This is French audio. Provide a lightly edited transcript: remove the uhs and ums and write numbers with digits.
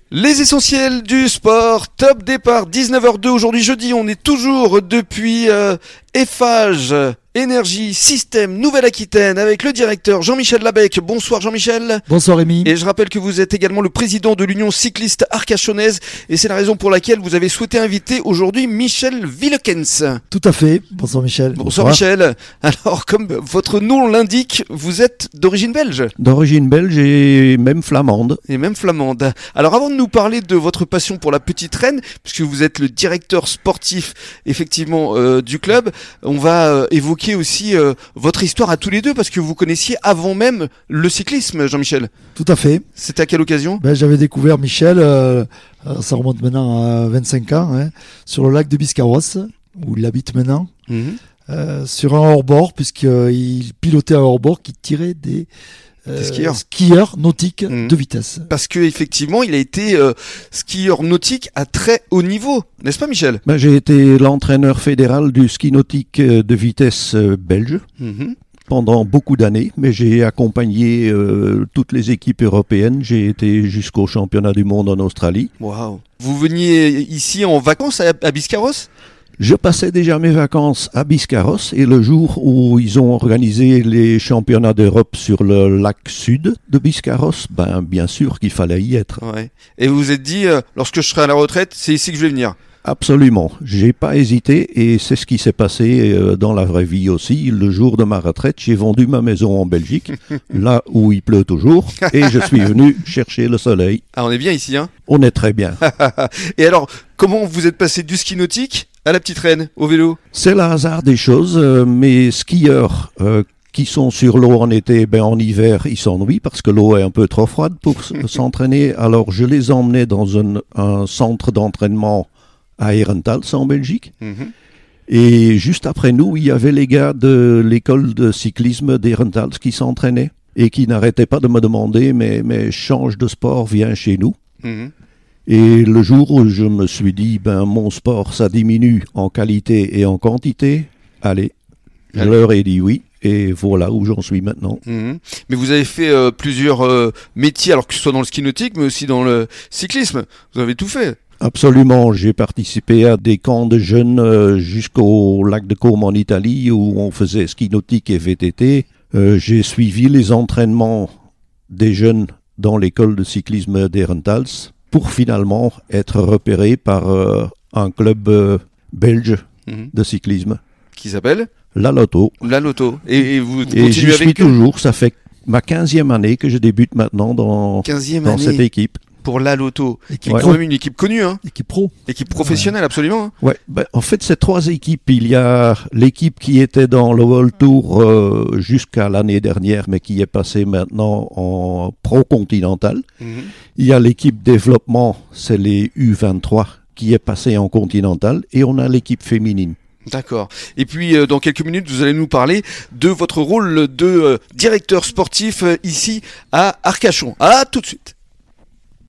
Les essentiels du sport, top départ, 19h02 aujourd'hui jeudi, on est toujours depuis Eiffage, Énergie, Système, Nouvelle-Aquitaine avec le directeur Jean-Michel Labec. Bonsoir Jean-Michel. Bonsoir Rémi. Et je rappelle que vous êtes également le président de l'Union cycliste arcachonnaise et c'est la raison pour laquelle vous avez souhaité inviter aujourd'hui Michel Willekens. Tout à fait, bonsoir Michel. Bonsoir Michel. Alors comme votre nom l'indique, vous êtes d'origine belge. D'origine belge et même flamande. Alors avant de nous parler de votre passion pour la petite reine, puisque vous êtes le directeur sportif effectivement du club, on va évoquer aussi votre histoire à tous les deux parce que vous connaissiez avant même le cyclisme, Jean-Michel. Tout à fait. C'était à quelle occasion ? J'avais découvert Michel, ça remonte maintenant à 25 ans, sur le lac de Biscarrosse, où il habite maintenant, sur un hors-bord, puisqu'il pilotait un hors-bord qui tirait des skieurs nautiques de vitesse. Parce que effectivement, il a été skieur nautique à très haut niveau, n'est-ce pas Michel ? J'ai été l'entraîneur fédéral du ski nautique de vitesse belge pendant beaucoup d'années, mais j'ai accompagné toutes les équipes européennes. J'ai été jusqu'au championnat du monde en Australie. Waouh ! Vous veniez ici en vacances à Biscarrosse ? Je passais déjà mes vacances à Biscarrosse et le jour où ils ont organisé les championnats d'Europe sur le lac sud de Biscarrosse, bien sûr qu'il fallait y être. Ouais. Et vous vous êtes dit, lorsque je serai à la retraite, c'est ici que je vais venir ? Absolument, j'ai pas hésité et c'est ce qui s'est passé dans la vraie vie aussi. Le jour de ma retraite, j'ai vendu ma maison en Belgique, là où il pleut toujours, et je suis venu chercher le soleil. Ah, on est bien ici, hein ? On est très bien. Et alors, comment vous êtes passé du ski nautique à la petite reine, au vélo ? C'est le hasard des choses. Mes skieurs qui sont sur l'eau en été, en hiver, ils s'ennuient parce que l'eau est un peu trop froide pour s'entraîner. Alors, je les emmenais dans un centre d'entraînement à Herentals en Belgique. Et juste après nous, il y avait les gars de l'école de cyclisme d'Herentals qui s'entraînaient et qui n'arrêtaient pas de me demander mais change de sport, viens chez nous. Et le jour où je me suis dit mon sport ça diminue en qualité et en quantité, allez. Je leur ai dit oui. Et voilà où j'en suis maintenant. Mais vous avez fait plusieurs métiers, alors que ce soit dans le ski nautique, mais aussi dans le cyclisme. Vous avez tout fait. Absolument, j'ai participé à des camps de jeunes jusqu'au lac de Como en Italie où on faisait ski nautique et VTT. J'ai suivi les entraînements des jeunes dans l'école de cyclisme d'Herentals pour finalement être repéré par un club belge de cyclisme. Qui s'appelle ? La Lotto. Et vous continuez j'y avec suis eux ? toujours, ça fait ma 15e année que je débute maintenant dans cette équipe. Pour la Lotto, qui est Ouais. quand même une équipe connue, hein. Équipe pro. Équipe professionnelle, absolument. Hein. Ouais, en fait, c'est 3 équipes. Il y a l'équipe qui était dans le World Tour jusqu'à l'année dernière, mais qui est passée maintenant en pro continental. Il y a l'équipe développement, c'est les U23, qui est passée en continental. Et on a l'équipe féminine. D'accord. Et puis, dans quelques minutes, vous allez nous parler de votre rôle de directeur sportif ici à Arcachon. À tout de suite.